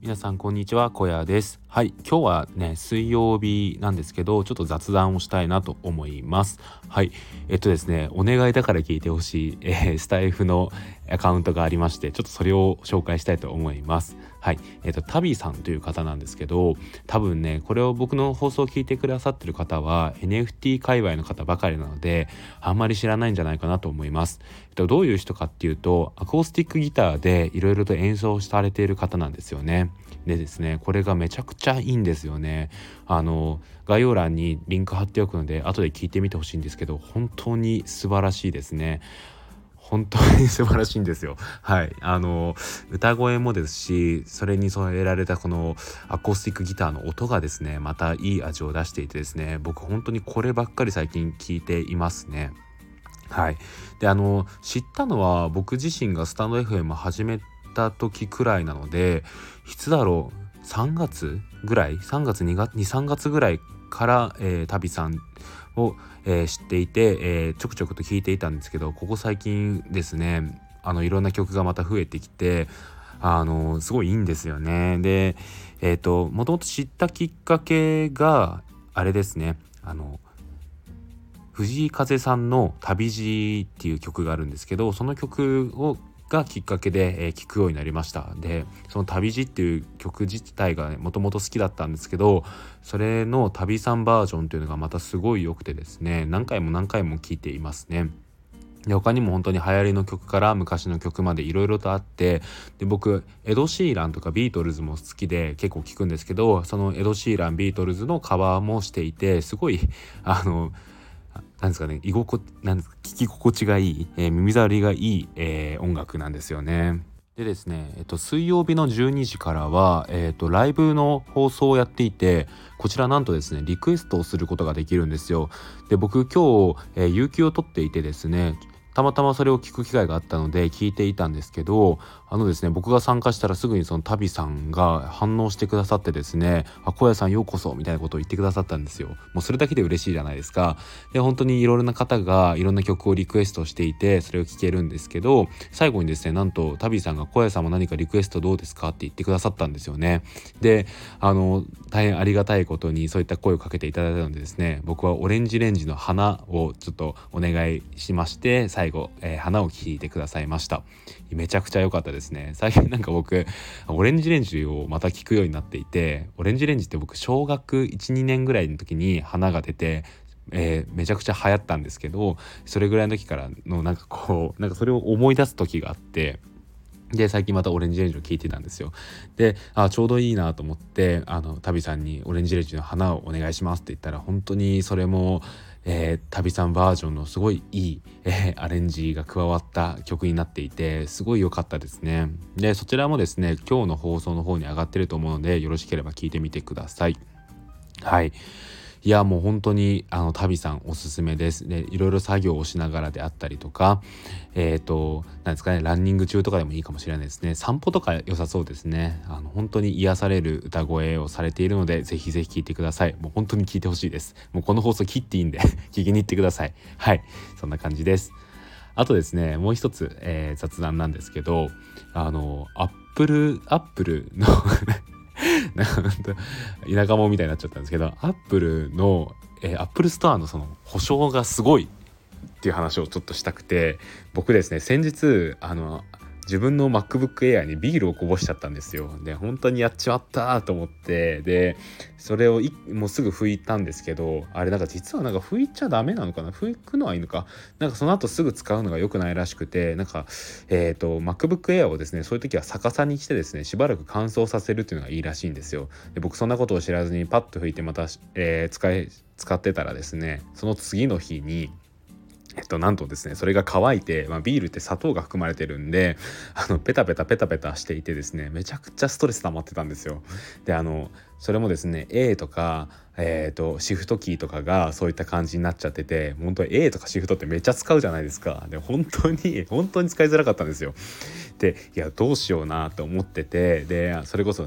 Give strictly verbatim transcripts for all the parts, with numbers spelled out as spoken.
皆さんこんにちは、小屋です。はい、今日はね水曜日なんですけど、ちょっと雑談をしたいなと思います。はいえっとですねお願いだから聞いてほしい、えー、スタイフのアカウントがありまして、ちょっとそれを紹介したいと思います。はいえっとタビさんという方なんですけど、多分ねこれを僕の放送を聞いてくださってる方は エヌエフティー 界隈の方ばかりなので、あんまり知らないんじゃないかなと思います。えっとどういう人かっていうと、アコースティックギターでいろいろと演奏されている方なんですよね。でですねこれがめちゃくちゃいいんですよね。あの概要欄にリンク貼っておくので後で聞いてみてほしいんですけど、本当に素晴らしいですね。本当に素晴らしいんですよ。はいあの歌声もですし、それに添えられたこのアコースティックギターの音がですねまたいい味を出していてですね、僕本当にこればっかり最近聞いていますね。はいであの知ったのは僕自身がスタンド エフエム 始めた時くらいなので、いつだろうさんがつぐらいさんがつにがつにさんがつぐらいから、えー、タビさんを、えー、知っていて、えー、ちょくちょくと聞いていたんですけど、ここ最近ですねあのいろんな曲がまた増えてきて、あのすごいいいんですよね。でえっともともと知ったきっかけがあれですね、あの藤井風さんの旅路っていう曲があるんですけど、その曲をがきっかけで、えー、聴くようになりました。でその旅路っていう曲自体がもともと好きだったんですけど、それの旅さんバージョンというのがまたすごい良くてですね、何回も何回も聴いていますね。で他にも本当に流行りの曲から昔の曲までいろいろとあって、で僕エド・シーランとかビートルズも好きで結構聴くんですけど、そのエド・シーランビートルズのカバーもしていて、すごいあのなんですかね、居心なんですか聞き心地がいい、えー、耳障りがいい、えー、音楽なんですよね。でですね、えっと、水曜日のじゅうにじからは、えっと、ライブの放送をやっていて、こちらなんとですねリクエストをすることができるんですよ。で僕今日、えー有給を取っていてですね、たまたまそれを聞く機会があったので聞いていたんですけど、あのですね僕が参加したらすぐにそのタビさんが反応してくださってですね、あ小屋さんようこそみたいなことを言ってくださったんですよ。もうそれだけで嬉しいじゃないですか。で本当にいろいろな方がいろんな曲をリクエストしていて、それを聴けるんですけど、最後にですねなんとタビさんが小屋さんも何かリクエストどうですかって言ってくださったんですよね。であの大変ありがたいことにそういった声をかけていただいたのでですね、僕はオレンジレンジの花をちょっとお願いしまして、最後、えー花を聴いてくださいました。めちゃくちゃ良かったですね。最近なんか僕オレンジレンジをまた聴くようになっていて、オレンジレンジって僕小学 いちにねんぐらいの時に花が出て、えーめちゃくちゃ流行ったんですけど、それぐらいの時からのなんかこうなんかそれを思い出す時があって、で最近またオレンジレンジを聞いてたんですよ。であちょうどいいなと思って、あのタビさんにオレンジレンジの花をお願いしますって言ったら、本当にそれも、えー、タビさんバージョンのすごいいい、えーアレンジが加わった曲になっていて、すごい良かったですね。でそちらもですね今日の放送の方に上がってると思うので、よろしければ聞いてみてください。はいいやもう本当にあのタビさんおすすめです。でいろいろ作業をしながらであったりとか、えっとなんですかね、ランニング中とかでもいいかもしれないですね。散歩とか良さそうですね。あの本当に癒される歌声をされているので、ぜひぜひ聴いてください。もう本当に聴いてほしいです。もうこの放送切っていいんで聞きに行ってください。はいそんな感じです。あとですねもう一つ、えー雑談なんですけど、あのアップルアップルのなんか本当田舎者みたいになっちゃったんですけど、アップルの、えー、アップルストアのその保証がすごいっていう話をちょっとしたくて、僕ですね先日あの自分の MacBook Air にビールをこぼしちゃったんですよ。で本当にやっちまったと思って、でそれをいもうすぐ拭いたんですけど、あれなんか実はなんか拭いちゃダメなのかな、拭くのはいいのか、なんかその後すぐ使うのが良くないらしくて、なんかえっと MacBook Air をですねそういう時は逆さにしてですねしばらく乾燥させるっていうのがいいらしいんですよ。で僕そんなことを知らずにパッと拭いてまた、えー使い使ってたらですね、その次の日にえっと、なんとですねそれが乾いて、まあ、ビールって砂糖が含まれてるんで、あのペタペタペタペタしていてですね、めちゃくちゃストレス溜まってたんですよ。であのそれもですね A とか、えー、とシフトキーとかがそういった感じになっちゃってて、本当に A とかシフトってめっちゃ使うじゃないですか。で本当に本当に使いづらかったんですよ。でいやどうしようなと思ってて、でそれこそね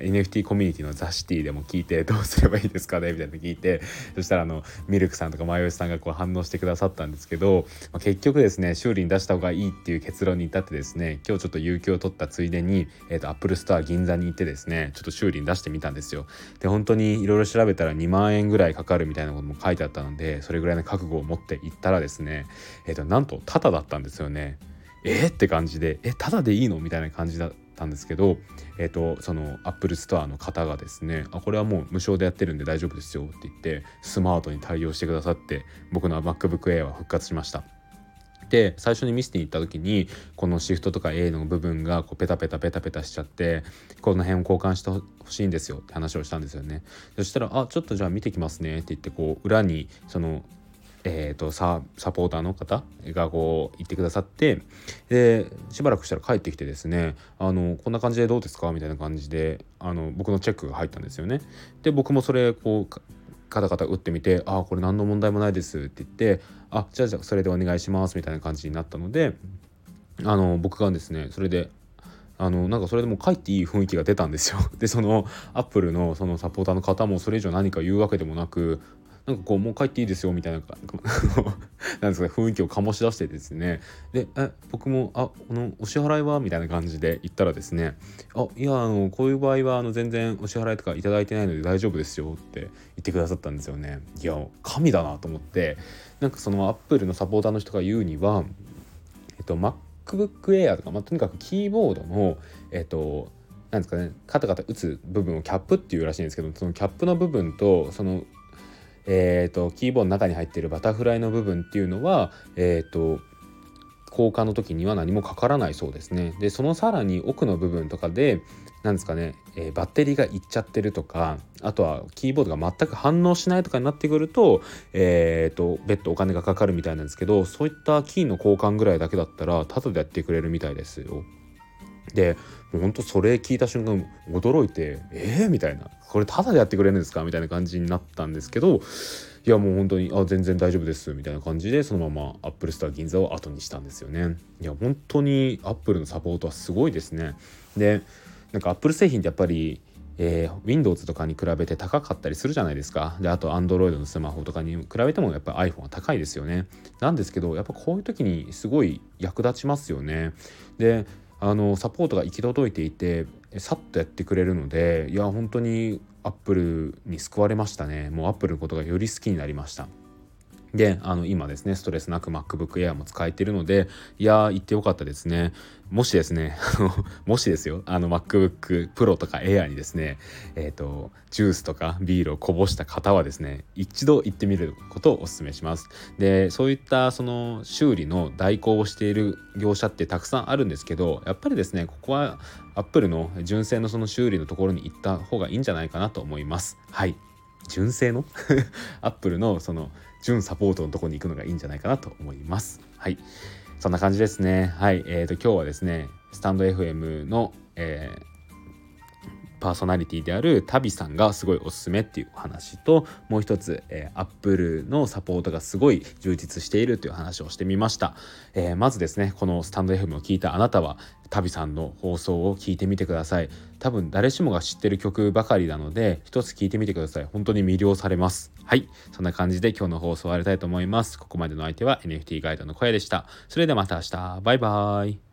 エヌエフティー コミュニティのザシティでも聞いてどうすればいいですかねみたいなの聞いて、そしたらあのミルクさんとかマヨヨシさんがこう反応してくださったんですけど、まあ、結局ですね修理に出した方がいいっていう結論に至ってですね、今日ちょっと有給を取ったついでに、えーと、アップルストア銀座に行ってですねちょっと修理に出してみたんですよ。で本当にいろいろ調べたらにまんえんぐらいかかるみたいなことも書いてあったので、それぐらいの覚悟を持って行ったらですね、えーと、なんとタダだったんですよね。えー、って感じで、えタダでいいのみたいな感じだったんですけど、えーとそのアップルストアの方がですね、あこれはもう無償でやってるんで大丈夫ですよって言ってスマートに対応してくださって、僕の MacBook Air は復活しました。で最初に見せてに行った時にこのシフトとか A の部分がこうペタペタペタペタしちゃって、この辺を交換してほしいんですよって話をしたんですよね。そしたらあちょっとじゃあ見てきますねって言って、こう裏にそのえー、と サ, サポーターの方がこう言ってくださって、でしばらくしたら帰ってきてですね、あのこんな感じでどうですかみたいな感じであの僕のチェックが入ったんですよね。で僕もそれこうカタカタ打ってみて、あこれ何の問題もないですって言って、あじゃあじゃあそれでお願いしますみたいな感じになったので、あの僕がですねそれであのなんかそれでもう帰っていい雰囲気が出たんですよ。でそのアップルのそのサポーターの方もそれ以上何か言うわけでもなく、なんかこうもう帰っていいですよみたいななんですか雰囲気を醸し出してですね、でえ僕もあこのお支払いはみたいな感じで言ったらですね、あいやあのこういう場合はあの全然お支払いとかいただいてないので大丈夫ですよって言ってくださったんですよね。いや神だなと思って、なんかそのアップルのサポーターの人が言うには、えっと MacBook Air とか、まあ、とにかくキーボードのえっとなんですかね、カタカタ打つ部分をキャップっていうらしいんですけど、そのキャップの部分とそのえーと、キーボードの中に入っているバタフライの部分っていうのは、えーと、交換の時には何もかからないそうですね。でそのさらに奥の部分とかでなんですかね、えー、バッテリーがいっちゃってるとか、あとはキーボードが全く反応しないとかになってくると、えーと別途お金がかかるみたいなんですけど、そういったキーの交換ぐらいだけだったらタダでやってくれるみたいですよ。でもうほんとそれ聞いた瞬間驚いて、えーみたいな、これタダでやってくれるんですかみたいな感じになったんですけど、いやもう本当にあ全然大丈夫ですみたいな感じでそのままアップルストア銀座を後にしたんですよね。いや本当にアップルのサポートはすごいですね。でなんかアップル製品ってやっぱりえー、Windows とかに比べて高かったりするじゃないですか。であと Android のスマホとかに比べてもやっぱり iPhone は高いですよね。なんですけどやっぱこういう時にすごい役立ちますよね。であのサポートが行き届いていてさっとやってくれるので、いや本当にアップルに救われましたね。もうアップルのことがより好きになりました。であの今ですねストレスなく MacBook Air も使えているので、いやー行ってよかったですね。もしですねあのもしですよあの MacBook Pro とか Air にですねえっとジュースとかビールをこぼした方はですね一度行ってみることをお勧めします。でそういったその修理の代行をしている業者ってたくさんあるんですけど、やっぱりですねここは Apple の純正のその修理のところに行った方がいいんじゃないかなと思います。はい、純正のアップルのその純サポートのところに行くのがいいんじゃないかなと思います。はい、そんな感じですね。はい、えーと今日はですねスタンド エフエム の、えーパーソナリティであるタビさんがすごいおすすめっていうお話と、もう一つ、えー、Apple のサポートがすごい充実しているという話をしてみました。えー、まずですねこのスタンド エフエム を聞いたあなたはタビさんの放送を聞いてみてください。多分誰しもが知ってる曲ばかりなので一つ聞いてみてください。本当に魅了されます。はい、そんな感じで今日の放送を終わりたいと思います。ここまでの相手は エヌエフティー ガイドの小屋でした。それではまた明日、バイバイ。